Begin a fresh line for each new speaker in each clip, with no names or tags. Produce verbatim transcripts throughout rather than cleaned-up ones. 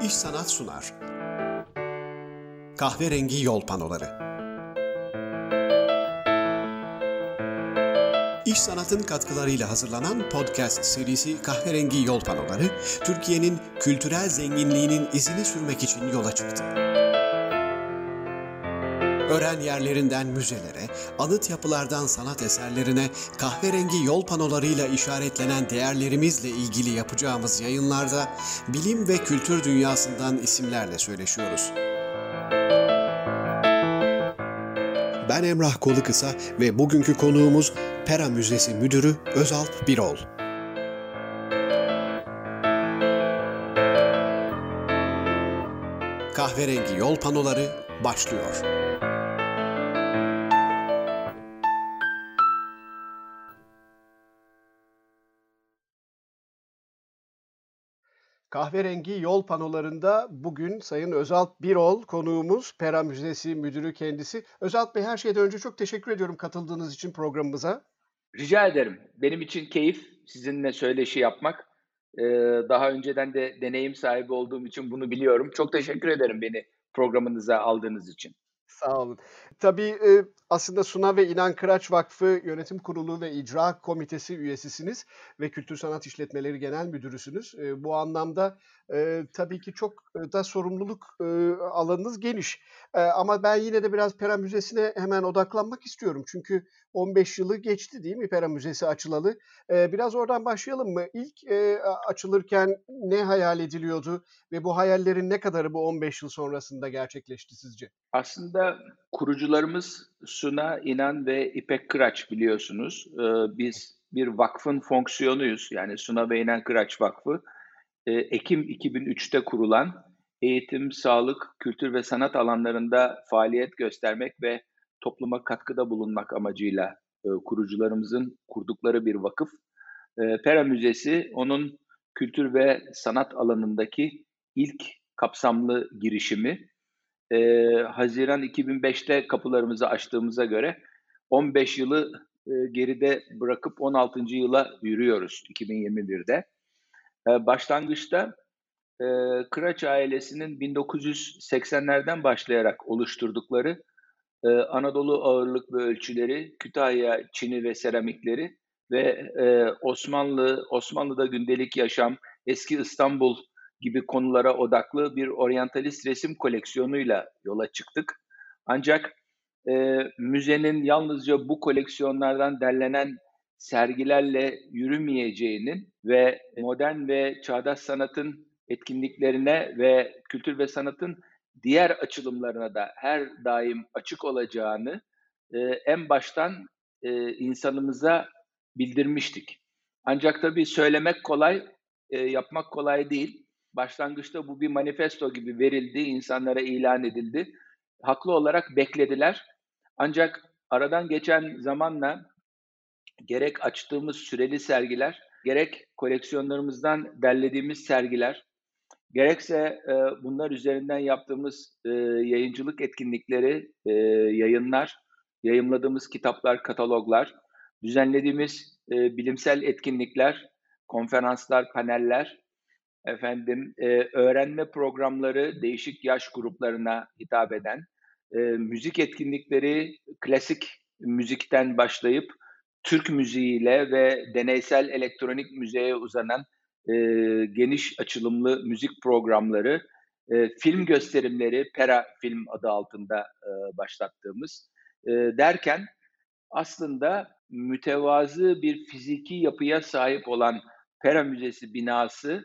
İş Sanat sunar. Kahverengi Yol Panoları. İş Sanat'ın katkılarıyla hazırlanan podcast serisi Kahverengi Yol Panoları, Türkiye'nin kültürel zenginliğinin izini sürmek için yola çıktı. Öğren yerlerinden müzelere, anıt yapılardan sanat eserlerine, kahverengi yol panolarıyla işaretlenen değerlerimizle ilgili yapacağımız yayınlarda bilim ve kültür dünyasından isimlerle söyleşiyoruz. Ben Emrah Kolukısa ve bugünkü konuğumuz Pera Müzesi Müdürü Özalp Birol. Kahverengi Yol Panoları başlıyor. Kahverengi Yol Panolarında bugün Sayın Özalp Birol konuğumuz, Pera Müzesi Müdürü kendisi. Özalp Bey, her şeyden önce çok teşekkür ediyorum katıldığınız için programımıza.
Rica ederim. Benim için keyif sizinle söyleşi yapmak. Ee, daha önceden de deneyim sahibi olduğum için bunu biliyorum. Çok teşekkür ederim beni programınıza aldığınız için.
Sağ olun. Tabii e, aslında Suna ve İnan Kıraç Vakfı Yönetim Kurulu ve İcra Komitesi üyesisiniz ve Kültür Sanat İşletmeleri Genel Müdürüsünüz. E, bu anlamda e, tabii ki çok e, da sorumluluk e, alanınız geniş. E, ama ben yine de biraz Pera Müzesi'ne hemen odaklanmak istiyorum. Çünkü on beş yılı geçti değil mi Pera Müzesi açılalı? E, biraz oradan başlayalım mı? İlk e, açılırken ne hayal ediliyordu ve bu hayallerin ne kadarı bu on beş yıl sonrasında gerçekleşti sizce?
Aslında kurucularımız Suna, İnan ve İpek Kıraç biliyorsunuz. Ee, biz bir vakfın fonksiyonuyuz. Yani Suna ve İnan Kıraç Vakfı. Ee, Ekim iki bin üçte kurulan eğitim, sağlık, kültür ve sanat alanlarında faaliyet göstermek ve topluma katkıda bulunmak amacıyla e, kurucularımızın kurdukları bir vakıf. E, Pera Müzesi onun kültür ve sanat alanındaki ilk kapsamlı girişimi. E, Haziran iki bin beşte kapılarımızı açtığımıza göre on beş yılı e, geride bırakıp on altıncı yıla yürüyoruz iki bin yirmi birde. E, başlangıçta e, Kıraç ailesinin bin dokuz yüz seksenlerden başlayarak oluşturdukları e, Anadolu ağırlıklı ölçüleri, Kütahya çini ve seramikleri ve e, Osmanlı, Osmanlı'da gündelik yaşam, eski İstanbul gibi konulara odaklı bir oryantalist resim koleksiyonuyla yola çıktık. Ancak e, müzenin yalnızca bu koleksiyonlardan derlenen sergilerle yürümeyeceğinin ve modern ve çağdaş sanatın etkinliklerine ve kültür ve sanatın diğer açılımlarına da her daim açık olacağını e, en baştan e, insanımıza bildirmiştik. Ancak tabii söylemek kolay, e, yapmak kolay değil. Başlangıçta bu bir manifesto gibi verildi, insanlara ilan edildi. Haklı olarak beklediler. Ancak aradan geçen zamanla gerek açtığımız süreli sergiler, gerek koleksiyonlarımızdan derlediğimiz sergiler, gerekse e, bunlar üzerinden yaptığımız e, yayıncılık etkinlikleri, e, yayınlar, yayımladığımız kitaplar, kataloglar, düzenlediğimiz e, bilimsel etkinlikler, konferanslar, paneller, efendim e, öğrenme programları değişik yaş gruplarına hitap eden, e, müzik etkinlikleri klasik müzikten başlayıp Türk müziğiyle ve deneysel elektronik müziğe uzanan e, geniş açılımlı müzik programları, e, film gösterimleri, Pera Film adı altında e, başlattığımız e, derken aslında mütevazı bir fiziki yapıya sahip olan Pera Müzesi binası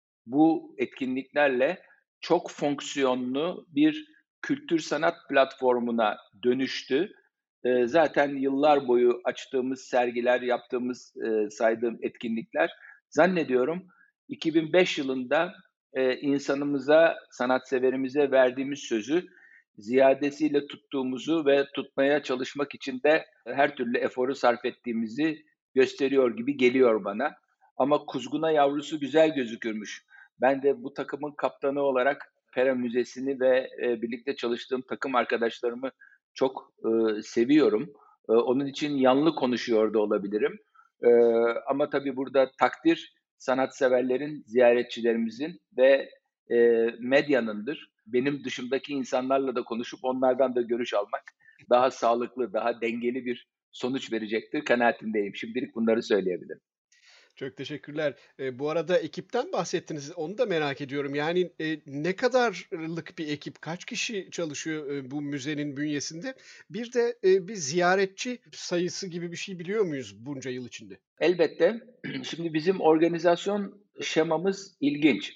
bu etkinliklerle çok fonksiyonlu bir kültür sanat platformuna dönüştü. Eee, zaten yıllar boyu açtığımız sergiler, yaptığımız, eee, saydığım etkinlikler zannediyorum iki bin beş yılında, eee, insanımıza, sanatseverimize verdiğimiz sözü ziyadesiyle tuttuğumuzu ve tutmaya çalışmak için de her türlü eforu sarf ettiğimizi gösteriyor gibi geliyor bana. Ama kuzguna yavrusu güzel gözükürmüş. Ben de bu takımın kaptanı olarak Pera Müzesi'ni ve e, birlikte çalıştığım takım arkadaşlarımı çok e, seviyorum. E, onun için yanlı konuşuyor da olabilirim. E, ama tabii burada takdir sanatseverlerin, ziyaretçilerimizin ve eee, medyanındır. Benim dışımdaki insanlarla da konuşup onlardan da görüş almak daha sağlıklı, daha dengeli bir sonuç verecektir kanaatindeyim. Şimdilik bunları söyleyebilirim.
Çok teşekkürler. Eee, bu arada ekipten bahsettiniz. Onu da merak ediyorum. Yani, eee, ne kadarlık bir ekip, kaç kişi çalışıyor, eee, bu müzenin bünyesinde? Bir de, eee, bir ziyaretçi sayısı gibi bir şey biliyor muyuz bunca yıl içinde?
Elbette. Şimdi bizim organizasyon şemamız ilginç.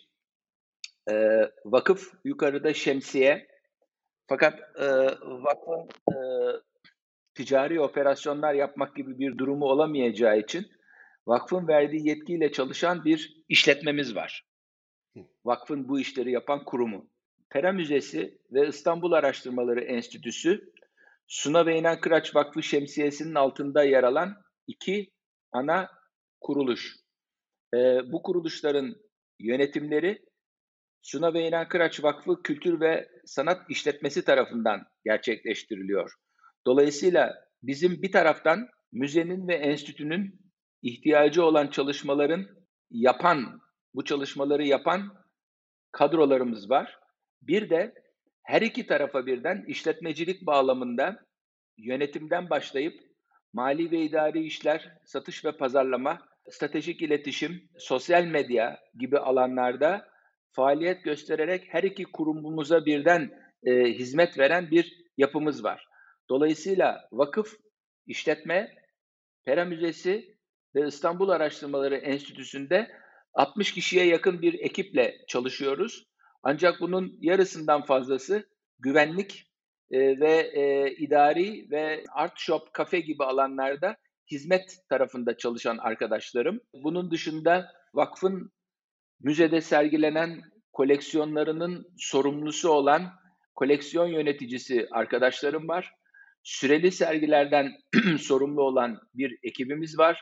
Eee, vakıf yukarıda şemsiye fakat, eee, vakfın, eee, ticari operasyonlar yapmak gibi bir durumu olamayacağı için vakfın verdiği yetkiyle çalışan bir işletmemiz var.
Hı.
Vakfın bu işleri yapan kurumu. Pera Müzesi ve İstanbul Araştırmaları Enstitüsü, Suna ve İnan Kıraç Vakfı şemsiyesinin altında yer alan iki ana kuruluş. Eee, bu kuruluşların yönetimleri Suna ve İnan Kıraç Vakfı Kültür ve Sanat İşletmesi tarafından gerçekleştiriliyor. Dolayısıyla bizim bir taraftan müzenin ve enstitünün ihtiyacı olan çalışmaların yapan, bu çalışmaları yapan kadrolarımız var. Bir de her iki tarafa birden işletmecilik bağlamında yönetimden başlayıp mali ve idari işler, satış ve pazarlama, stratejik iletişim, sosyal medya gibi alanlarda faaliyet göstererek her iki kurumumuza birden e, hizmet veren bir yapımız var. Dolayısıyla vakıf, işletme, Pera Müzesi ve İstanbul Araştırmaları Enstitüsü'nde altmış kişiye yakın bir ekiple çalışıyoruz. Ancak bunun yarısından fazlası güvenlik e, ve e, idari ve art shop, kafe gibi alanlarda hizmet tarafında çalışan arkadaşlarım. Bunun dışında vakfın müzede sergilenen koleksiyonlarının sorumlusu olan koleksiyon yöneticisi arkadaşlarım var. Süreli sergilerden sorumlu olan bir ekibimiz var.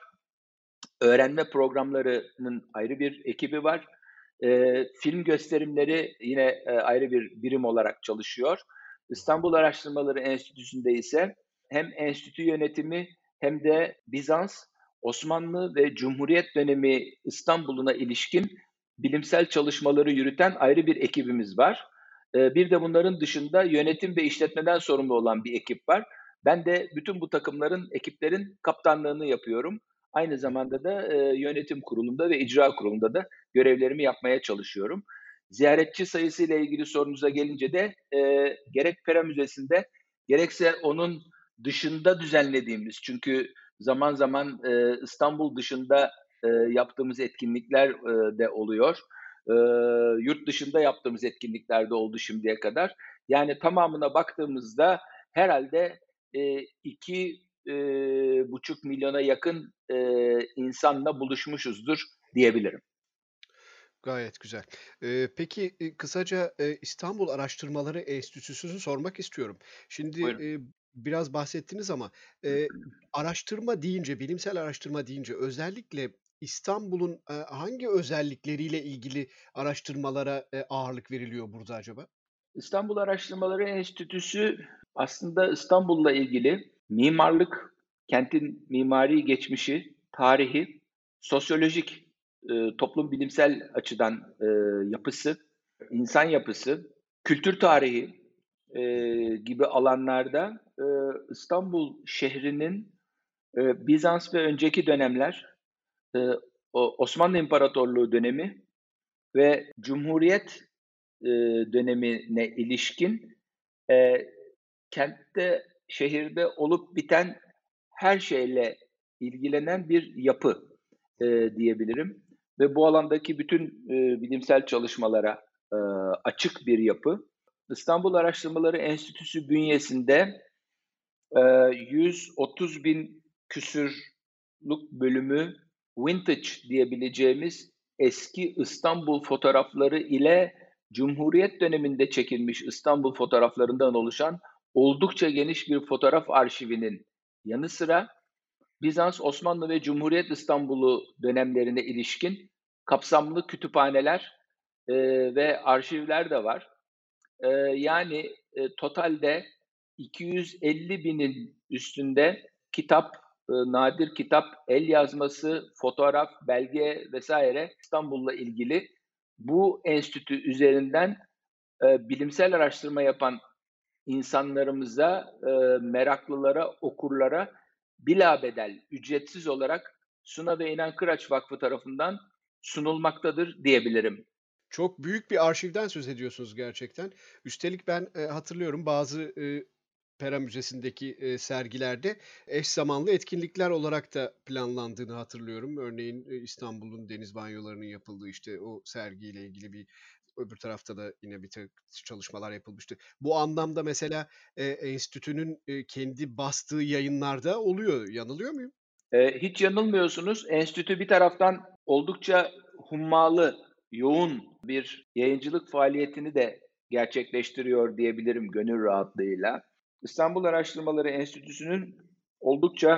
Öğrenme programlarının ayrı bir ekibi var. Eee, film gösterimleri yine e, ayrı bir birim olarak çalışıyor. İstanbul Araştırmaları Enstitüsü'nde ise hem enstitü yönetimi hem de Bizans, Osmanlı ve Cumhuriyet dönemi İstanbul'una ilişkin bilimsel çalışmaları yürüten ayrı bir ekibimiz var. Eee, bir de bunların dışında yönetim ve işletmeden sorumlu olan bir ekip var. Ben de bütün bu takımların, ekiplerin kaptanlığını yapıyorum. Aynı zamanda da e, yönetim kurulunda ve icra kurulunda da görevlerimi yapmaya çalışıyorum. Ziyaretçi sayısı ile ilgili sorunuza gelince de e, gerek Pera Müzesi'nde gerekse onun dışında düzenlediğimiz, çünkü zaman zaman e, İstanbul dışında e, yaptığımız etkinlikler e, de oluyor. E, Yurt dışında yaptığımız etkinlikler de oldu şimdiye kadar. Yani tamamına baktığımızda herhalde e, iki e, buçuk milyona yakın e, insanla buluşmuşuzdur diyebilirim.
Gayet güzel. Eee, peki, eee, kısaca, eee, İstanbul Araştırmaları Enstitüsü'nü sormak istiyorum. Şimdi,
Buyurun.
eee, biraz bahsettiniz ama, eee, araştırma deyince, bilimsel araştırma deyince özellikle İstanbul'un, eee, hangi özellikleriyle ilgili araştırmalara, eee, ağırlık veriliyor burada acaba?
İstanbul Araştırmaları Enstitüsü aslında İstanbul'la ilgili mimarlık, kentin mimari geçmişi, tarihi, sosyolojik, e, toplum bilimsel açıdan e, yapısı, insan yapısı, kültür tarihi e, gibi alanlarda e, İstanbul şehrinin e, Bizans ve önceki dönemler, e, o Osmanlı İmparatorluğu dönemi ve Cumhuriyet eee, dönemine ilişkin, eee, kentte, şehirde olup biten her şeyle ilgilenen bir yapı, eee, diyebilirim ve bu alandaki bütün, eee, bilimsel çalışmalara, eee, açık bir yapı. İstanbul Araştırmaları Enstitüsü bünyesinde, eee, yüz otuz bin küsurluk bölümü vintage diyebileceğimiz eski İstanbul fotoğrafları ile Cumhuriyet döneminde çekilmiş İstanbul fotoğraflarından oluşan oldukça geniş bir fotoğraf arşivinin yanı sıra Bizans, Osmanlı ve Cumhuriyet İstanbul'u dönemlerine ilişkin kapsamlı kütüphaneler eee, ve arşivler de var. Eee, yani, eee, totalde iki yüz elli binin üstünde kitap, ııı, nadir kitap, el yazması, fotoğraf, belge vesaire İstanbul'la ilgili bu enstitü üzerinden e, bilimsel araştırma yapan insanlarımıza, e, meraklılara, okurlara bilabedel, ücretsiz olarak Suna ve İnan Kıraç Vakfı tarafından sunulmaktadır diyebilirim.
Çok büyük bir arşivden söz ediyorsunuz gerçekten. Üstelik ben, eee, hatırlıyorum bazı, eee, Pera Müzesi'ndeki, eee, sergilerde eş zamanlı etkinlikler olarak da planlandığını hatırlıyorum. Örneğin, eee, İstanbul'un deniz banyolarının yapıldığı, işte, o sergiyle ilgili bir öbür tarafta da yine birtakım çalışmalar yapılmıştı. Bu anlamda mesela, eee, enstitünün, eee, kendi bastığı yayınlarda oluyor. Yanılıyor muyum?
Eee, hiç yanılmıyorsunuz. Enstitü bir taraftan oldukça hummalı, yoğun bir yayıncılık faaliyetini de gerçekleştiriyor diyebilirim gönül rahatlığıyla. İstanbul Araştırmaları Enstitüsü'nün oldukça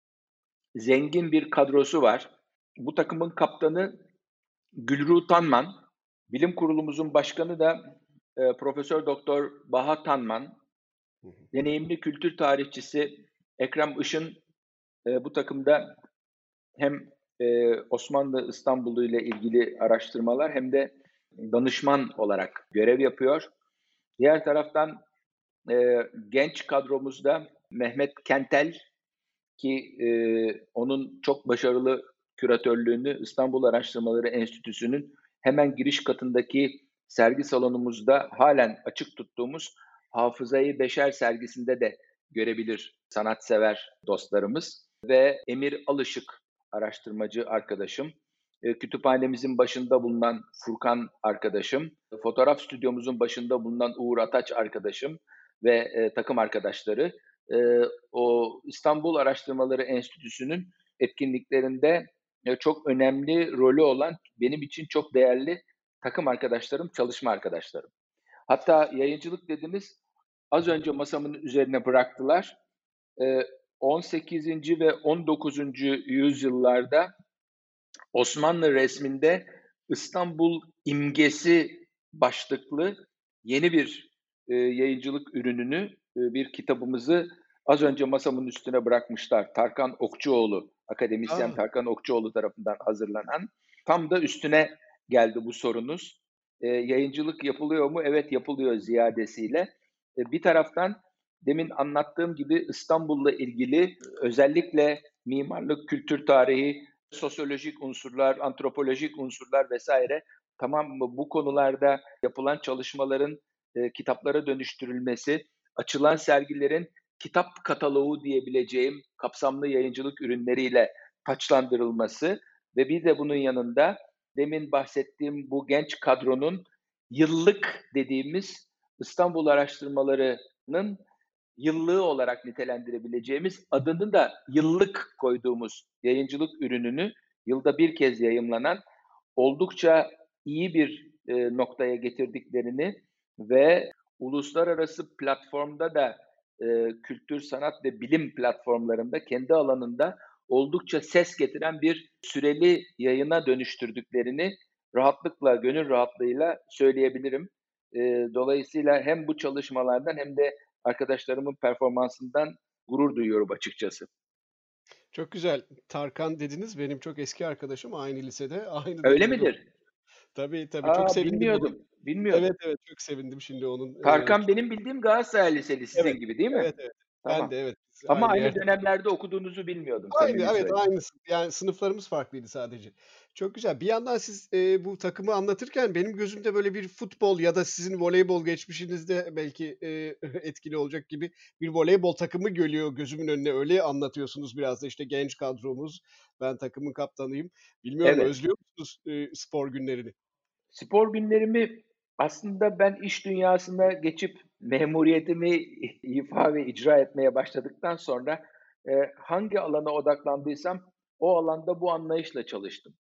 zengin bir kadrosu var. Bu takımın kaptanı Gülru Tanman, bilim kurulumuzun başkanı da eee, Profesör Doktor Baha Tanman,
Hı hı.
deneyimli kültür tarihçisi Ekrem Işın eee, bu takımda hem eee, Osmanlı İstanbul'u ile ilgili araştırmalar hem de danışman olarak görev yapıyor. Diğer taraftan eee, genç kadromuzda Mehmet Kentel ki eee, onun çok başarılı küratörlüğünü İstanbul Araştırmaları Enstitüsü'nün hemen giriş katındaki sergi salonumuzda halen açık tuttuğumuz Hafızayı Beşer sergisinde de görebilir sanatsever dostlarımız ve Emir Alışık araştırmacı arkadaşım, e, kütüphanemizin başında bulunan Furkan arkadaşım, fotoğraf stüdyomuzun başında bulunan Uğur Ataç arkadaşım ve e, takım arkadaşları e, o İstanbul Araştırmaları Enstitüsü'nün etkinliklerinde e, çok önemli rolü olan benim için çok değerli takım arkadaşlarım, çalışma arkadaşlarım. Hatta yayıncılık dediniz,
Hı
az
hı.
önce masamın üzerine bıraktılar. Eee, on sekizinci ve on dokuzuncu yüzyıllarda Osmanlı resminde İstanbul imgesi başlıklı yeni bir e, yayıncılık ürününü, e, bir kitabımızı az önce masamın üstüne bırakmışlar. Tarkan Okçuoğlu, akademisyen
A!
Tarkan Okçuoğlu tarafından hazırlanan. Tam da üstüne geldi bu sorunuz. E, yayıncılık yapılıyor mu? Evet, yapılıyor ziyadesiyle. E, bir taraftan demin anlattığım gibi İstanbul'la ilgili özellikle mimarlık, kültür tarihi, sosyolojik unsurlar, antropolojik unsurlar vesaire tamam mı? Bu konularda yapılan çalışmaların e, kitaplara dönüştürülmesi, açılan sergilerin kitap kataloğu diyebileceğim kapsamlı yayıncılık ürünleriyle taçlandırılması ve bir de bunun yanında demin bahsettiğim bu genç kadronun yıllık dediğimiz İstanbul araştırmalarının yıllığı olarak nitelendirebileceğimiz adını da yıllık koyduğumuz yayıncılık ürününü yılda bir kez yayımlanan oldukça iyi bir e, noktaya getirdiklerini ve uluslararası platformda da e, kültür, sanat ve bilim platformlarında kendi alanında oldukça ses getiren bir süreli yayına dönüştürdüklerini rahatlıkla, gönül rahatlığıyla söyleyebilirim. E, dolayısıyla hem bu çalışmalardan hem de arkadaşlarımın performansından gurur duyuyorum açıkçası.
Çok güzel. Tarkan dediniz, benim çok eski arkadaşım. Aynı lisede, aynı
Öyle
dönemde
midir?
okuduk. Tabii, tabii. Çok
Aa,
sevindim onu.
bilmiyordum, bilmiyordum.
Evet, evet, çok sevindim şimdi onun, eee,
Tarkan
kitap.
benim bildiğim Galatasaray Liseli
Evet,
sizin gibi değil mi?
evet, evet. Ben
Tamam.
de evet, biz
Ama
aynı
aynı
yerde.
dönemlerde okuduğunuzu bilmiyordum
Aynı,
samimi
evet,
söyleyeyim.
aynısı. Yani sınıflarımız farklıydı sadece. Çok güzel. Bir yandan siz, eee, bu takımı anlatırken benim gözümde böyle bir futbol ya da sizin voleybol geçmişinizde belki, eee, etkili olacak gibi bir voleybol takımı geliyor gözümün önüne. Öyle anlatıyorsunuz biraz da, işte, genç kadromuz, ben takımın kaptanıyım. Bilmiyorum,
Evet.
özlüyor musunuz, eee, spor günlerini?
Spor günlerimi aslında ben iş dünyasına geçip memuriyetimi ifa ve icra etmeye başladıktan sonra, eee, hangi alana odaklandıysam o alanda bu anlayışla çalıştım.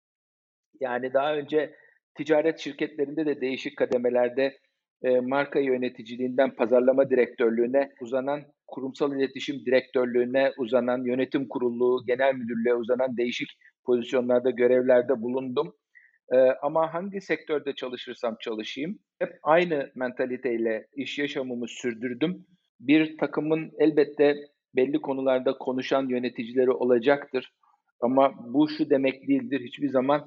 Yani daha önce ticaret şirketlerinde de değişik kademelerde, eee, marka yöneticiliğinden pazarlama direktörlüğüne uzanan, kurumsal iletişim direktörlüğüne uzanan, yönetim kurulu, genel müdürlüğe uzanan değişik pozisyonlarda, görevlerde bulundum. Eee, ama hangi sektörde çalışırsam çalışayım hep aynı mentaliteyle iş yaşamımı sürdürdüm. Bir takımın elbette belli konularda konuşan yöneticileri olacaktır ama bu şu demek değildir, hiçbir zaman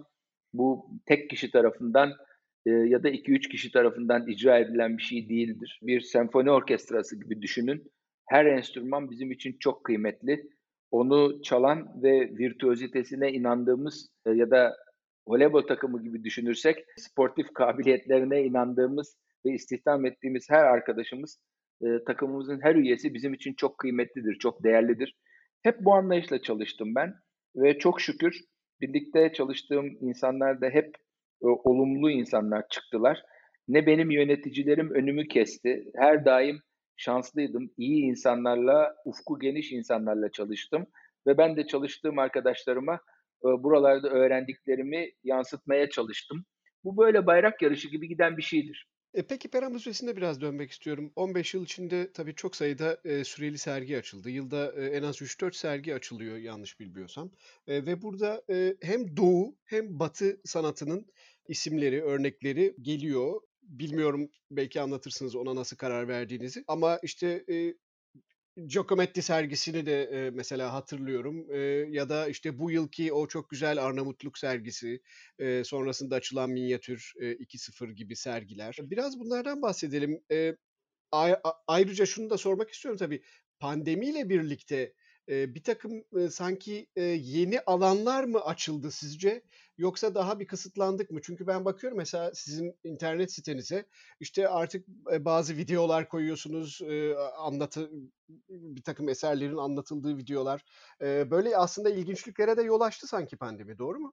Bu tek kişi tarafından, eee, ya da iki üç kişi tarafından icra edilen bir şey değildir. Bir senfoni orkestrası gibi düşünün. Her enstrüman bizim için çok kıymetli. Onu çalan ve virtüözitesine inandığımız, eee, ya da voleybol takımı gibi düşünürsek, sportif kabiliyetlerine inandığımız ve istihdam ettiğimiz her arkadaşımız, eee, takımımızın her üyesi bizim için çok kıymetlidir, çok değerlidir. Hep bu anlayışla çalıştım ben ve çok şükür birlikte çalıştığım insanlar da hep, eee, olumlu insanlar çıktılar. Ne benim yöneticilerim önümü kesti. Her daim şanslıydım. İyi insanlarla, ufku geniş insanlarla çalıştım ve ben de çalıştığım arkadaşlarıma, eee, buralarda öğrendiklerimi yansıtmaya çalıştım. Bu böyle bayrak yarışı gibi giden bir şeydir.
E, peki Pera Müzesi'ne biraz dönmek istiyorum. on beş yıl içinde tabii çok sayıda, eee, süreli sergi açıldı. Yılda, eee, en az üç dört sergi açılıyor yanlış bilmiyorsam. Eee, ve burada, eee, hem Doğu hem Batı sanatının isimleri, örnekleri geliyor. Bilmiyorum, belki anlatırsınız ona nasıl karar verdiğinizi ama, işte, eee, Giacometti sergisini de, eee, mesela hatırlıyorum, eee, ya da, işte, bu yılki o çok güzel Arnavutluk sergisi, eee, sonrasında açılan Minyatür, eee, iki sıfır gibi sergiler. Biraz bunlardan bahsedelim. Eee, ay a ayrıca şunu da sormak istiyorum tabii. Pandemiyle birlikte, eee, birtakım, eee, sanki, eee, yeni alanlar mı açıldı sizce yoksa daha bir kısıtlandık mı? Çünkü ben bakıyorum mesela sizin internet sitenize, işte, artık, eee, bazı videolar koyuyorsunuz, eee, anlatı birtakım eserlerin anlatıldığı videolar. Eee, böyle aslında ilginçliklere de yol açtı sanki pandemi, doğru mu?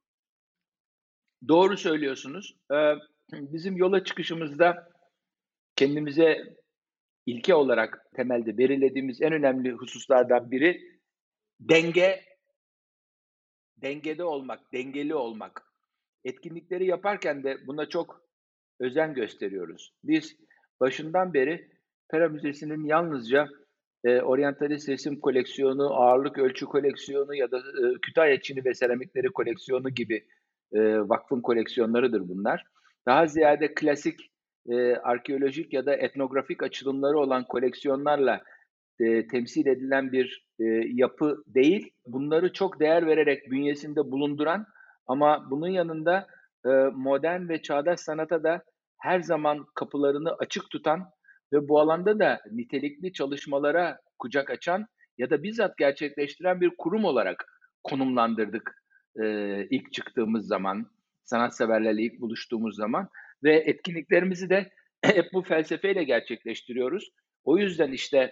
Doğru söylüyorsunuz. Eee, bizim yola çıkışımızda kendimize ilke olarak temelde belirlediğimiz en önemli hususlardan biri denge, dengede olmak, dengeli olmak. Etkinlikleri yaparken de buna çok özen gösteriyoruz. Biz başından beri Pera Müzesi'nin yalnızca, eee, oryantalist resim koleksiyonu, ağırlık ölçü koleksiyonu ya da, ııı, Kütahya çini ve seramikleri koleksiyonu gibi, eee, vakfın koleksiyonlarıdır bunlar. Daha ziyade klasik, eee, arkeolojik ya da etnografik açılımları olan koleksiyonlarla eee, temsil edilen bir, eee, yapı değil. Bunları çok değer vererek bünyesinde bulunduran ama bunun yanında, eee, modern ve çağdaş sanata da her zaman kapılarını açık tutan ve bu alanda da nitelikli çalışmalara kucak açan ya da bizzat gerçekleştiren bir kurum olarak konumlandırdık, eee, ilk çıktığımız zaman, sanatseverlerle ilk buluştuğumuz zaman ve etkinliklerimizi de hep bu felsefeyle gerçekleştiriyoruz. O yüzden, işte,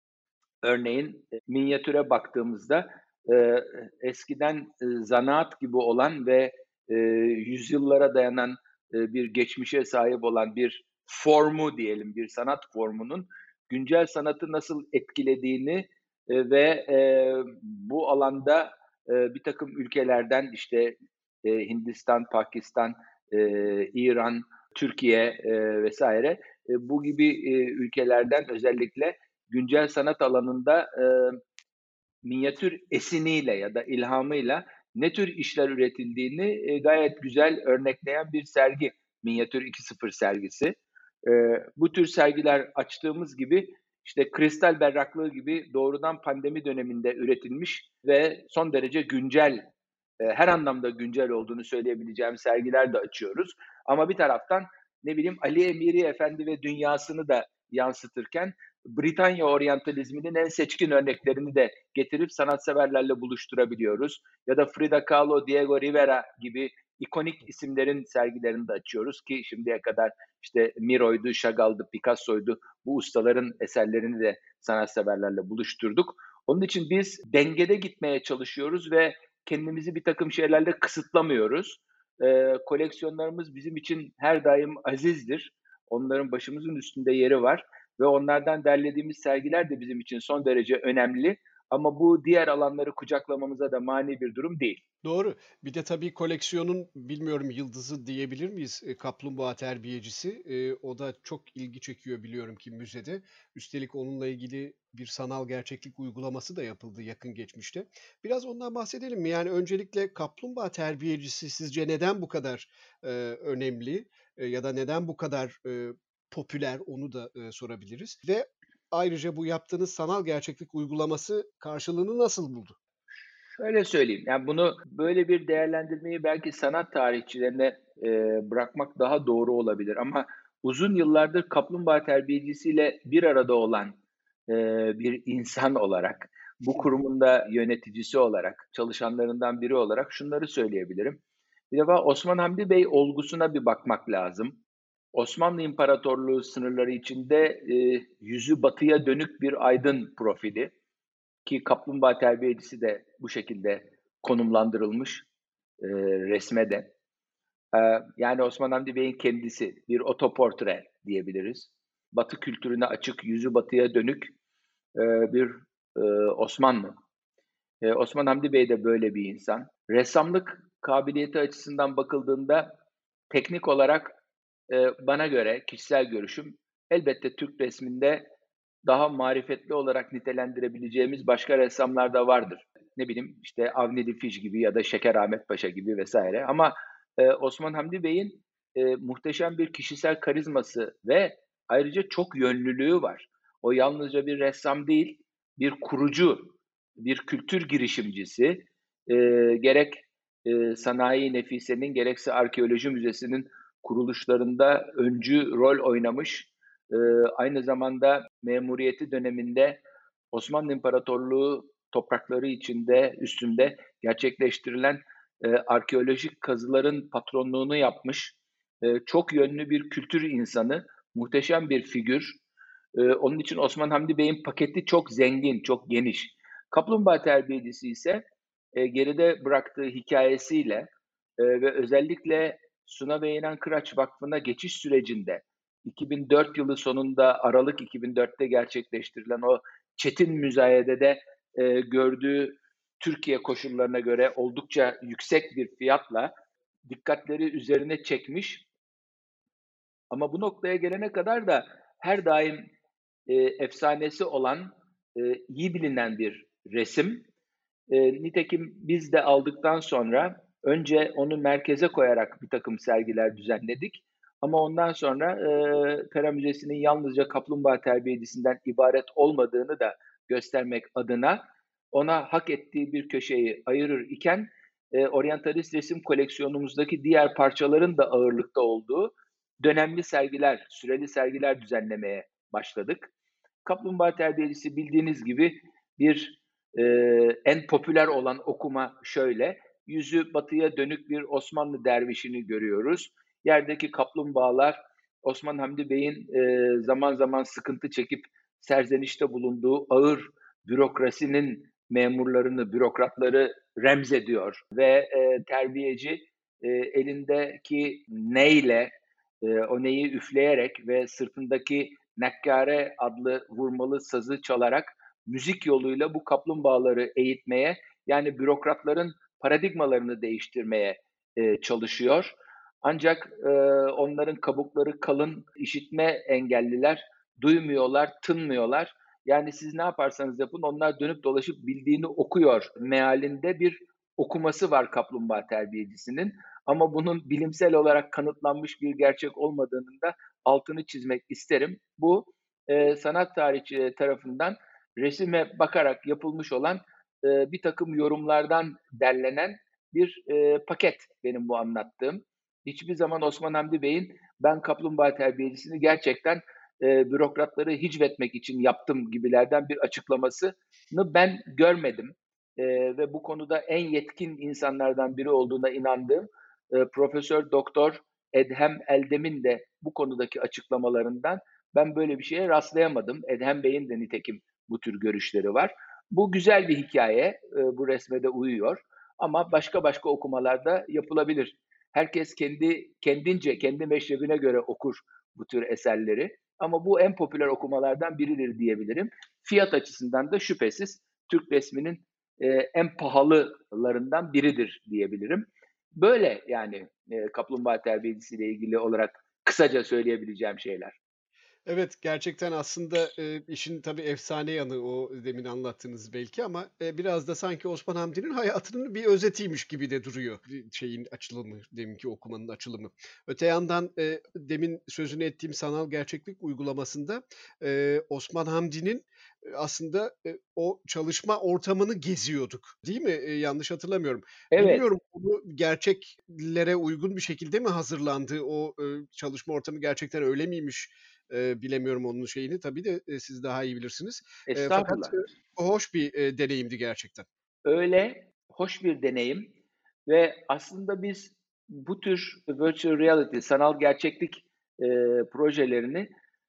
örneğin, eee, minyatüre baktığımızda, eee, eskiden, ııı, zanaat gibi olan ve, eee, yüzyıllara dayanan, eee, bir geçmişe sahip olan bir formu diyelim, bir sanat formunun güncel sanatı nasıl etkilediğini, eee, ve, eee, bu alanda, eee, birtakım ülkelerden, işte, eee, Hindistan, Pakistan, eee, İran, Türkiye, eee, vesaire, eee, bu gibi, eee, ülkelerden özellikle güncel sanat alanında, eee, minyatür esiniyle ya da ilhamıyla ne tür işler üretildiğini, eee, gayet güzel örnekleyen bir sergi, Minyatür iki sıfır sergisi. Eee, bu tür sergiler açtığımız gibi, işte, kristal berraklığı gibi doğrudan pandemi döneminde üretilmiş ve son derece güncel, eee, her anlamda güncel olduğunu söyleyebileceğim sergiler de açıyoruz. Ama bir taraftan, ne bileyim, Ali Emiri Efendi ve dünyasını da yansıtırken Britanya oryantalizminin en seçkin örneklerini de getirip sanatseverlerle buluşturabiliyoruz. Ya da Frida Kahlo, Diego Rivera gibi ikonik isimlerin sergilerini de açıyoruz ki şimdiye kadar işte Miro'ydu, Chagall'dı, Picasso'ydu. Bu ustaların eserlerini de sanatseverlerle buluşturduk. Onun için biz dengede gitmeye çalışıyoruz ve kendimizi bir takım şeylerle kısıtlamıyoruz. Eee, koleksiyonlarımız bizim için her daim azizdir. Onların başımızın üstünde yeri var ve onlardan derlediğimiz sergiler de bizim için son derece önemli ama bu diğer alanları kucaklamamıza da mani bir durum değil.
Doğru. Bir de tabii koleksiyonun bilmiyorum yıldızı diyebilir miyiz? Eee, kaplumbağa terbiyecisi. Eee, o da çok ilgi çekiyor biliyorum ki müzede. Üstelik onunla ilgili bir sanal gerçeklik uygulaması da yapıldı yakın geçmişte. Biraz ondan bahsedelim mi? Yani öncelikle kaplumbağa terbiyecisi sizce neden bu kadar, eee, önemli, eee, ya da neden bu kadar, eee, popüler onu da, eee, sorabiliriz ve ayrıca bu yaptığınız sanal gerçeklik uygulaması karşılığını nasıl buldu?
Şöyle söyleyeyim, yani bunu böyle bir değerlendirmeyi belki sanat tarihçilerine, eee, bırakmak daha doğru olabilir ama uzun yıllardır kaplumbağa terbiyecisiyle bir arada olan, eee, bir insan olarak, bu
Hı hı.
kurumun da yöneticisi olarak, çalışanlarından biri olarak şunları söyleyebilirim. Bir defa Osman Hamdi Bey olgusuna bir bakmak lazım. Osmanlı İmparatorluğu sınırları içinde, eee, yüzü batıya dönük bir aydın profili. Ki kaplumbağa terbiyecisi de bu şekilde konumlandırılmış, eee, resme de. Eee, yani Osman Hamdi Bey'in kendisi bir otoportre diyebiliriz. Batı kültürüne açık, yüzü batıya dönük, eee, bir, eee, Osmanlı. Eee, Osman Hamdi Bey de böyle bir insan. Ressamlık kabiliyeti açısından bakıldığında teknik olarak, eee, bana göre, kişisel görüşüm, elbette Türk resminde daha marifetli olarak nitelendirebileceğimiz başka ressamlar da vardır. Ne bileyim, işte Avni Difiş gibi ya da Şeker Paşa gibi vesaire ama, eee, Osman Hamdi Bey'in, eee, muhteşem bir kişisel karizması ve ayrıca çok yönlülüğü var. O yalnızca bir ressam değil, bir kurucu, bir kültür girişimcisi. Eee, gerek, eee, Sanayi Nefise'nin gerekse Arkeoloji Müzesi'nin kuruluşlarında öncü rol oynamış. Eee, aynı zamanda memuriyeti döneminde Osmanlı İmparatorluğu toprakları içinde, üstünde gerçekleştirilen, eee, arkeolojik kazıların patronluğunu yapmış, eee, çok yönlü bir kültür insanı, muhteşem bir figür. Eee, onun için Osman Hamdi Bey'in paketi çok zengin, çok geniş. Kaplumbağa terbiyecisi ise, eee, geride bıraktığı hikâyesiyle, eee, ve özellikle Suna ve İnan Kıraç Vakfı'na geçiş sürecinde iki bin dört yılı sonunda Aralık iki bin dörtte gerçekleştirilen o çetin müzayedede, eee, gördüğü Türkiye koşullarına göre oldukça yüksek bir fiyatla dikkatleri üzerine çekmiş ama bu noktaya gelene kadar da her daim, eee, efsanesi olan, eee, iyi bilinen bir resim. Eee, nitekim biz de aldıktan sonra önce onu merkeze koyarak birtakım sergiler düzenledik ama ondan sonra, eee, Pera Müzesi'nin yalnızca kaplumbağa terbiyecisinden ibaret olmadığını da göstermek adına ona hak ettiği bir köşeyi ayırır iken, eee, oryantalist resim koleksiyonumuzdaki diğer parçaların da ağırlıkta olduğu dönemli sergiler, süreli sergiler düzenlemeye başladık. Kaplumbağa terbiyecisi bildiğiniz gibi bir, eee, en popüler olan okuma şöyle: Yüzü batıya dönük bir Osmanlı dervişini görüyoruz. Yerdeki kaplumbağalar Osman Hamdi Bey'in, eee, zaman zaman sıkıntı çekip serzenişte bulunduğu ağır bürokrasinin memurlarını, bürokratları remzediyor ve, eee, terbiyeci, eee, elindeki neyle, eee, o neyi üfleyerek ve sırtındaki Nekkare adlı vurmalı sazı çalarak müzik yoluyla bu kaplumbağaları eğitmeye, yani bürokratların paradigmalarını değiştirmeye, eee, çalışıyor. Ancak, eee, onların kabukları kalın, işitme engelliler, duymuyorlar, tınmıyorlar. Yani siz ne yaparsanız yapın onlar dönüp dolaşıp bildiğini okuyor mealinde bir okuması var kaplumbağa terbiyecisinin. Ama bunun bilimsel olarak kanıtlanmış bir gerçek olmadığının da altını çizmek isterim. Bu, eee, sanat tarihçileri tarafından resime bakarak yapılmış olan, eee, birtakım yorumlardan derlenen bir, eee, paket benim bu anlattığım. Hiçbir zaman Osman Hamdi Bey'in ben kaplumbağa terbiyecisini gerçekten, eee, bürokratları hicvetmek için yaptım gibilerden bir açıklamasını ben görmedim. Eee, ve bu konuda en yetkin insanlardan biri olduğuna inandığım, eee, Profesör Doktor Edhem Eldem'in de bu konudaki açıklamalarından ben böyle bir şeye rastlayamadım. Edhem Bey'in de nitekim bu tür görüşleri var. Bu güzel bir hikaye, eee, bu resme de uyuyor ama başka başka okumalar da yapılabilir. Herkes kendi kendince, kendi meşrebine göre okur bu tür eserleri ama bu en popüler okumalardan biridir diyebilirim. Fiyat açısından da şüphesiz Türk resminin, eee, en pahalılarından biridir diyebilirim. Böyle yani, eee, kaplumbağa terbiyecisiyle ilgili olarak kısaca söyleyebileceğim şeyler.
Evet, gerçekten aslında, eee, işin tabii efsane yanı o demin anlattığınız belki ama, eee, biraz da sanki Osman Hamdi'nin hayatının bir özetiymiş gibi de duruyor bir şeyin açılımı, deminki okumanın açılımı. Öte yandan, eee, demin sözünü ettiğim sanal gerçeklik uygulamasında, eee, Osman Hamdi'nin, eee, aslında, eee, o çalışma ortamını geziyorduk, değil mi? Eee, yanlış hatırlamıyorum.
Evet,
Bilmiyorum, bunu gerçeklere uygun bir şekilde mi hazırlandı? O, ııı, çalışma ortamı gerçekten öyle miymiş? Eee, bilemiyorum onun şeyini tabii de, eee, siz daha iyi bilirsiniz. Eee, fakat,
estağfurullah.
eee, hoş bir, eee, deneyimdi gerçekten.
Öyle hoş bir deneyim ve aslında biz bu tür virtual reality, sanal gerçeklik, eee, projelerini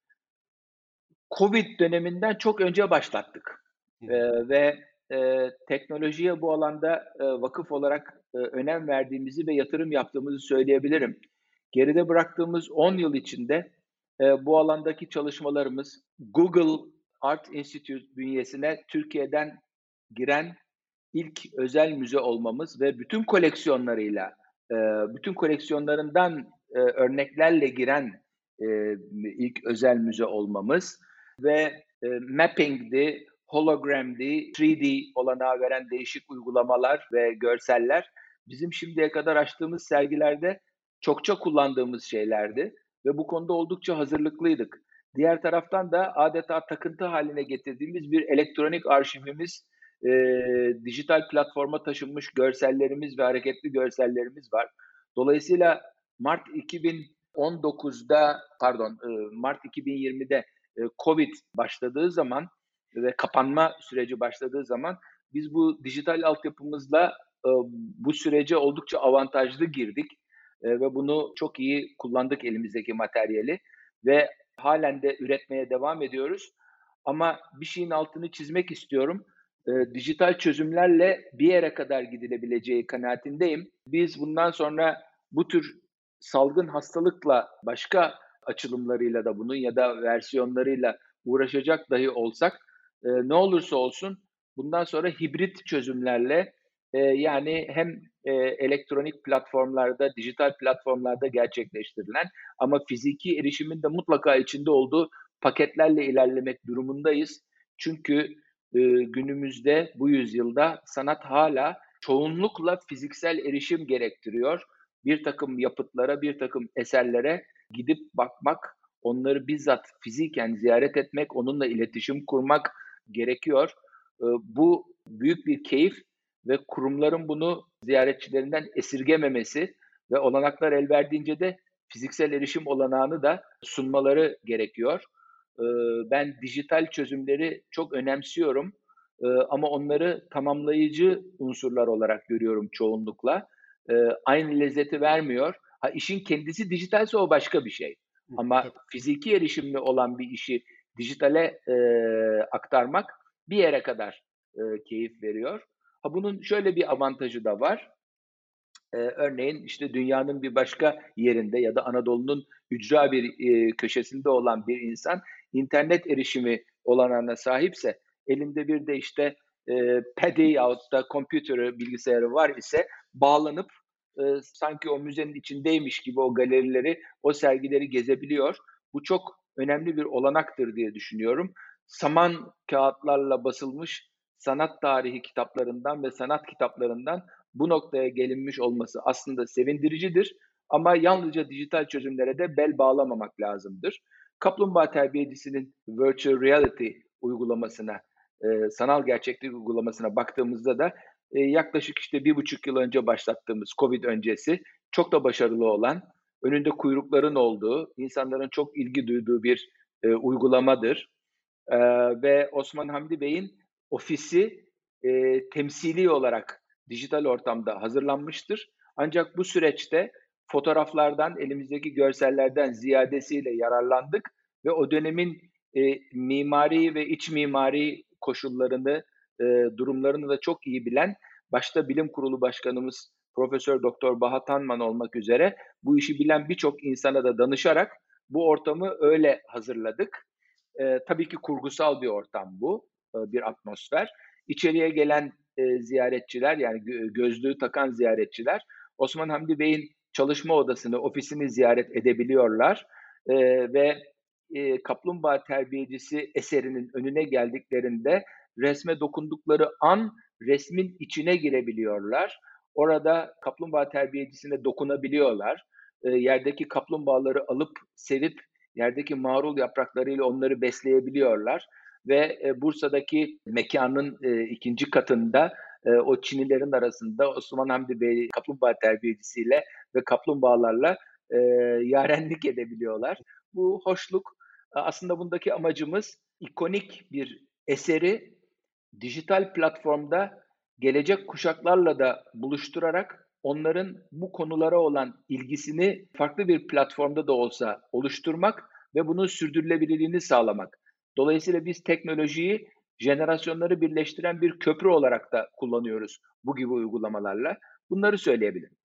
COVID döneminden çok önce başlattık.
Hı hı.
Eee, ve, eee, teknolojiye bu alanda, eee, vakıf olarak, eee, önem verdiğimizi ve yatırım yaptığımızı söyleyebilirim. Geride bıraktığımız on yıl içinde, eee, bu alandaki çalışmalarımız Google Art Institute bünyesine Türkiye'den giren ilk özel müze olmamız ve bütün koleksiyonlarıyla, eee, bütün koleksiyonlarından, eee, örneklerle giren, eee, ilk özel müze olmamız ve, eee, mapping'di, hologram'di, üç D olanağı veren değişik uygulamalar ve görseller bizim şimdiye kadar açtığımız sergilerde çokça kullandığımız şeylerdi ve bu konuda oldukça hazırlıklıydık. Diğer taraftan da adeta takıntı haline getirdiğimiz bir elektronik arşivimiz, eee, dijital platforma taşınmış görsellerimiz ve hareketli görsellerimiz var. Dolayısıyla Mart iki bin on dokuzda, pardon, ııı, Mart iki bin yirmide, eee, COVID başladığı zaman ve kapanma süreci başladığı zaman biz bu dijital altyapımızla, ııı, bu sürece oldukça avantajlı girdik, eee, ve bunu çok iyi kullandık elimizdeki materyali ve hâlen de üretmeye devam ediyoruz. Ama bir şeyin altını çizmek istiyorum. Eee, dijital çözümlerle bir yere kadar gidilebileceği kanaatindeyim. Biz bundan sonra bu tür salgın hastalıkla başka açılımlarıyla da bunun ya da versiyonlarıyla uğraşacak dahi olsak, eee, ne olursa olsun bundan sonra hibrit çözümlerle, eee, yani hem, eee, elektronik platformlarda, dijital platformlarda gerçekleştirilen ama fiziki erişimin de mutlaka içinde olduğu paketlerle ilerlemek durumundayız. Çünkü, eee, günümüzde, bu yüzyılda sanat hala çoğunlukla fiziksel erişim gerektiriyor. Bir takım yapıtlara, bir takım eserlere gidip bakmak, onları bizzat fiziken ziyaret etmek, onunla iletişim kurmak gerekiyor. Eee, bu büyük bir keyif ve kurumların bunu ziyaretçilerinden esirgememesi ve olanaklar el verdiğince de fiziksel erişim olanağını da sunmaları gerekiyor. Eee, ben dijital çözümleri çok önemsiyorum, eee, ama onları tamamlayıcı unsurlar olarak görüyorum çoğunlukla. Eee, aynı lezzeti vermiyor. Ha, işin kendisi dijitalse o başka bir şey.
Hı hı.
Ama
Tabii.
fiziki erişimli olan bir işi dijitale, eee, aktarmak bir yere kadar, eee, keyif veriyor. Ha, bunun şöyle bir avantajı da var. Eee, örneğin, işte, dünyanın bir başka yerinde ya da Anadolu'nun ücra bir, eee, köşesinde olan bir insan internet erişimi olanağına sahipse, elinde bir de, işte, eee, pad'i yahut da kompütörü, bilgisayarı var ise bağlanıp, eee, sanki o müzenin içindeymiş gibi o galerileri, o sergileri gezebiliyor. Bu çok önemli bir olanaktır diye düşünüyorum. Saman kağıtlarla basılmış sanat tarihi kitaplarından ve sanat kitaplarından bu noktaya gelinmiş olması aslında sevindiricidir ama yalnızca dijital çözümlere de bel bağlamamak lazımdır. Kaplumbağa Terbiyecisi'nin virtual reality uygulamasına, eee, sanal gerçeklik uygulamasına baktığımızda da, eee, yaklaşık işte bir buçuk yıl önce başlattığımız COVID öncesi çok da başarılı olan, önünde kuyrukların olduğu, insanların çok ilgi duyduğu bir, eee, uygulamadır. Eee, ve Osman Hamdi Bey'in ofisi, eee, temsili olarak dijital ortamda hazırlanmıştır. Ancak bu süreçte fotoğraflardan, elimizdeki görsellerden ziyadesiyle yararlandık ve o dönemin, eee, mimari ve iç mimari koşullarını, eee, durumlarını da çok iyi bilen, başta Bilim Kurulu Başkanımız Profesör Doktor Baha Tanman olmak üzere bu işi bilen birçok insana da danışarak bu ortamı öyle hazırladık. Eee, tabii ki kurgusal bir ortam bu, eee, bir atmosfer. İçeriye gelen, eee, ziyaretçiler, yani gö gözlüğü takan ziyaretçiler, Osman Hamdi Bey'in çalışma odasını, ofisini ziyaret edebiliyorlar, eee, ve eee, kaplumbağa terbiyecisi eserinin önüne geldiklerinde resme dokundukları an resmin içine girebiliyorlar. Orada kaplumbağa terbiyecisine dokunabiliyorlar. Eee, yerdeki kaplumbağaları alıp sevip yerdeki marul yapraklarıyla onları besleyebiliyorlar ve, eee, Bursa'daki mekânın, eee, ikinci katında, eee, o çinilerin arasında Osman Hamdi Bey kaplumbağa terbiyecisiyle ve kaplumbağalarla, eee, yarenlik edebiliyorlar. Bu hoşluk, a aslında bundaki amacımız ikonik bir eseri dijital platformda gelecek kuşaklarla da buluşturarak onların bu konulara olan ilgisini farklı bir platformda da olsa oluşturmak ve bunun sürdürülebilirliğini sağlamak. Dolayısıyla biz teknolojiyi jenerasyonları birleştiren bir köprü olarak da kullanıyoruz bu gibi uygulamalarla. Bunları söyleyebilirim.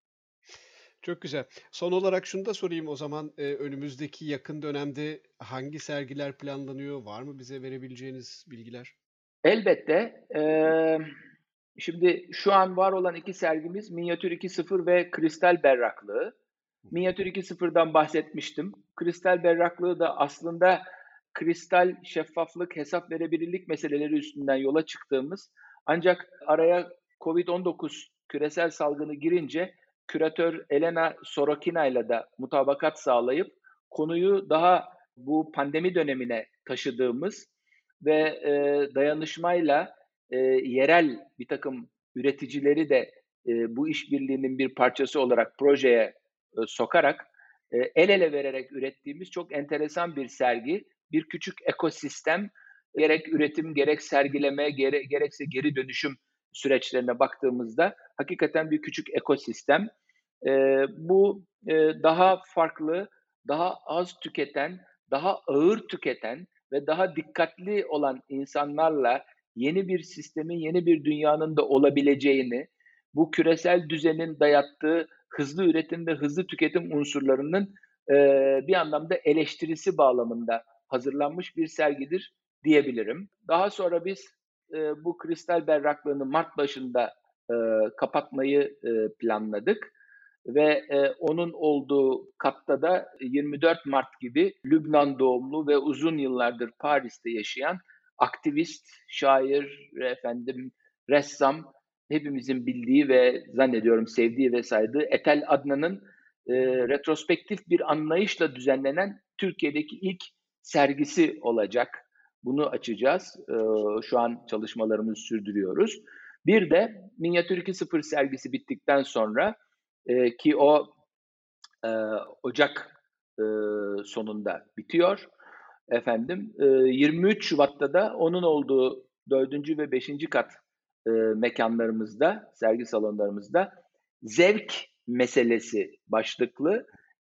Çok güzel. Son olarak şunu da sorayım o zaman, eee, önümüzdeki yakın dönemde hangi sergiler planlanıyor? Var mı bize verebileceğiniz bilgiler?
Elbette. Emm, şimdi şu an var olan iki sergimiz Minyatür iki nokta sıfır ve Kristal Berraklığı.
Hı hı.
Minyatür iki nokta sıfırdan bahsetmiştim. Kristal Berraklığı da aslında kristal, şeffaflık, hesap verebilirlik meseleleri üstünden yola çıktığımız ancak araya covid on dokuz küresel salgını girince küratör Elena Sorokina'yla da mutabakat sağlayıp konuyu daha bu pandemi dönemine taşıdığımız ve, eee, dayanışmayla, eee, yerel birtakım üreticileri de, eee, bu işbirliğinin bir parçası olarak projeye, eee, sokarak, eee, el ele vererek ürettiğimiz çok enteresan bir sergi. Bir küçük ekosistem, gerek üretim, gerek sergileme, gere gerekse geri dönüşüm süreçlerine baktığımızda hakikaten bir küçük ekosistem. Eee, bu, eee, daha farklı, daha az tüketen, daha ağır tüketen ve daha dikkatli olan insanlarla yeni bir sistemin, yeni bir dünyanın da olabileceğini, bu küresel düzenin dayattığı hızlı üretim ve hızlı tüketim unsurlarının, eee, bir anlamda eleştirisi bağlamında hazırlanmış bir sergidir diyebilirim. Daha sonra biz, eee, bu kristal berraklığını mart başında, eee, kapatmayı, eee, planladık ve, eee, onun olduğu katta da yirmi dört Mart gibi Lübnan doğumlu ve uzun yıllardır Paris'te yaşayan aktivist, şair, efendim, ressam, hepimizin bildiği ve zannediyorum sevdiği ve saydığı Etel Adnan'ın, eee, retrospektif bir anlayışla düzenlenen Türkiye'deki ilk sergisi olacak. Bunu açacağız. Eee, şu an çalışmalarımızı sürdürüyoruz. Bir de Minyatür iki nokta sıfır sergisi bittikten sonra, eee, ki o, eee, ocak, eee, sonunda bitiyor. Efendim, eee, yirmi üç Şubat'ta da onun olduğu dördüncü ve beşinci kat, eee, mekânlarımızda, sergi salonlarımızda "Zevk Meselesi" başlıklı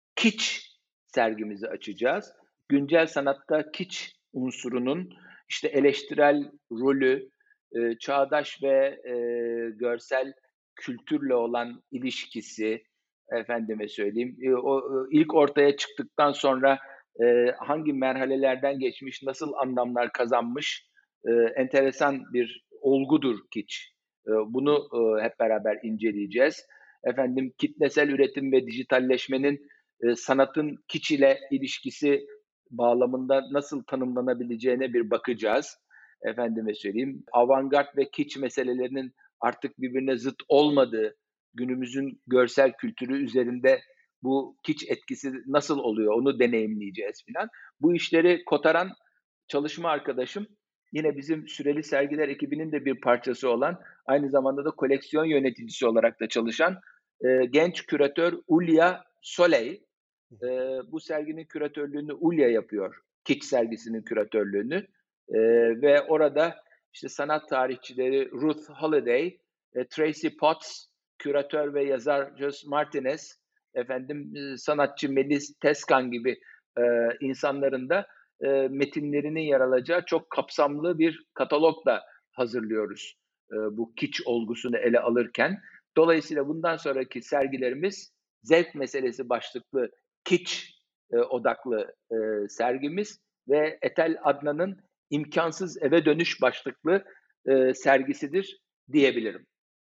Kiç sergimizi açacağız. Güncel sanatta kiç unsurunun, işte, eleştirel rolü, eee, çağdaş ve, eee, görsel kültürle olan ilişkisi, efendime söyleyeyim, eee, o, ııı, ilk ortaya çıktıktan sonra, eee, hangi merhalelerden geçmiş, nasıl anlamlar kazanmış, eee, enteresan bir olgudur kiç. Eee, bunu, ııı, hep beraber inceleyeceğiz. Efendim, kitlesel üretim ve dijitalleşmenin, eee, sanatın kiç ile ilişkisi bağlamında nasıl tanımlanabileceğine bir bakacağız. Efendime söyleyeyim, avantgard ve kiç meselelerinin artık birbirine zıt olmadığı, günümüzün görsel kültürü üzerinde bu kiç etkisi nasıl oluyor onu deneyimleyeceğiz filan. Bu işleri kotaran çalışma arkadaşım, yine bizim Süreli Sergiler ekibinin de bir parçası olan, aynı zamanda da koleksiyon yöneticisi olarak da çalışan, eee, genç küratör Ulya Soley.
Hı hı.
Eee, bu serginin küratörlüğünü Ulya yapıyor. Kiç sergisinin küratörlüğünü. Eee, ve orada işte sanat tarihçileri Ruth Holiday, e, Tracy Potts, küratör ve yazar Jos Martinez, efendim e, sanatçı Melis Teskan gibi e, insanların da e, metinlerinin yer alacağı çok kapsamlı bir katalog da hazırlıyoruz e, bu kiç olgusunu ele alırken. Dolayısıyla bundan sonraki sergilerimiz zevk meselesi başlıklı kiç e, odaklı e, sergimiz ve Etel Adnan'ın imkansız eve dönüş başlıklı e, sergisidir diyebilirim.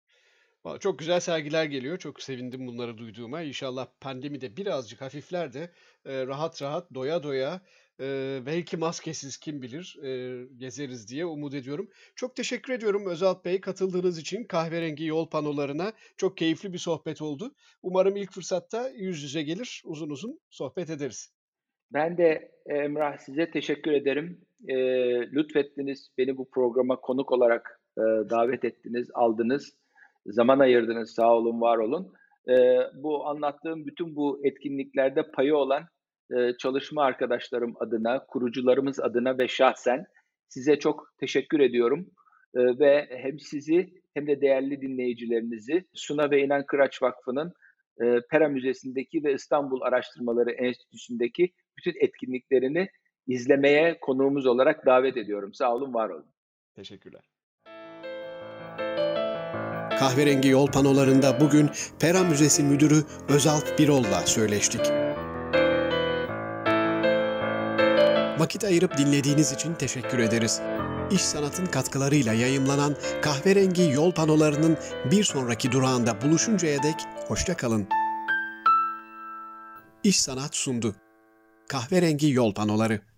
Valla çok güzel sergiler geliyor. Çok sevindim bunları duyduğuma. İnşallah pandemi de birazcık hafifler de, eee, rahat rahat, doya doya, Ee, belki maskesiz kim bilir e, gezeriz diye umut ediyorum. Çok teşekkür ediyorum Özalp Bey katıldığınız için kahverengi yol panolarına. Çok keyifli bir sohbet oldu. Umarım ilk fırsatta yüz yüze gelir, uzun uzun sohbet ederiz.
Ben de Emrah size teşekkür ederim. E, lütfettiniz, beni bu programa konuk olarak e, davet ettiniz, aldınız, zaman ayırdınız. Sağ olun, var olun. E, bu anlattığım bütün bu etkinliklerde payı olan e, çalışma arkadaşlarım adına, kurucularımız adına ve şahsen size çok teşekkür ediyorum. E, ve hem sizi hem de değerli dinleyicilerinizi Suna ve İnan Kıraç Vakfı'nın e, Pera Müzesi'ndeki ve İstanbul Araştırmaları Enstitüsü'ndeki bütün etkinliklerini izlemeye konuğumuz olarak davet ediyorum. Sağ olun, var olun.
Teşekkürler. Kahverengi yol panolarında bugün Pera Müzesi Müdürü Özalp Birol'la söyleştik. Vakit ayırıp dinlediğiniz için teşekkür ederiz. İş Sanat'ın katkılarıyla yayımlanan kahverengi yol panolarının bir sonraki durağında buluşuncaya dek hoşça kalın. İş Sanat sundu. Kahverengi yol panoları.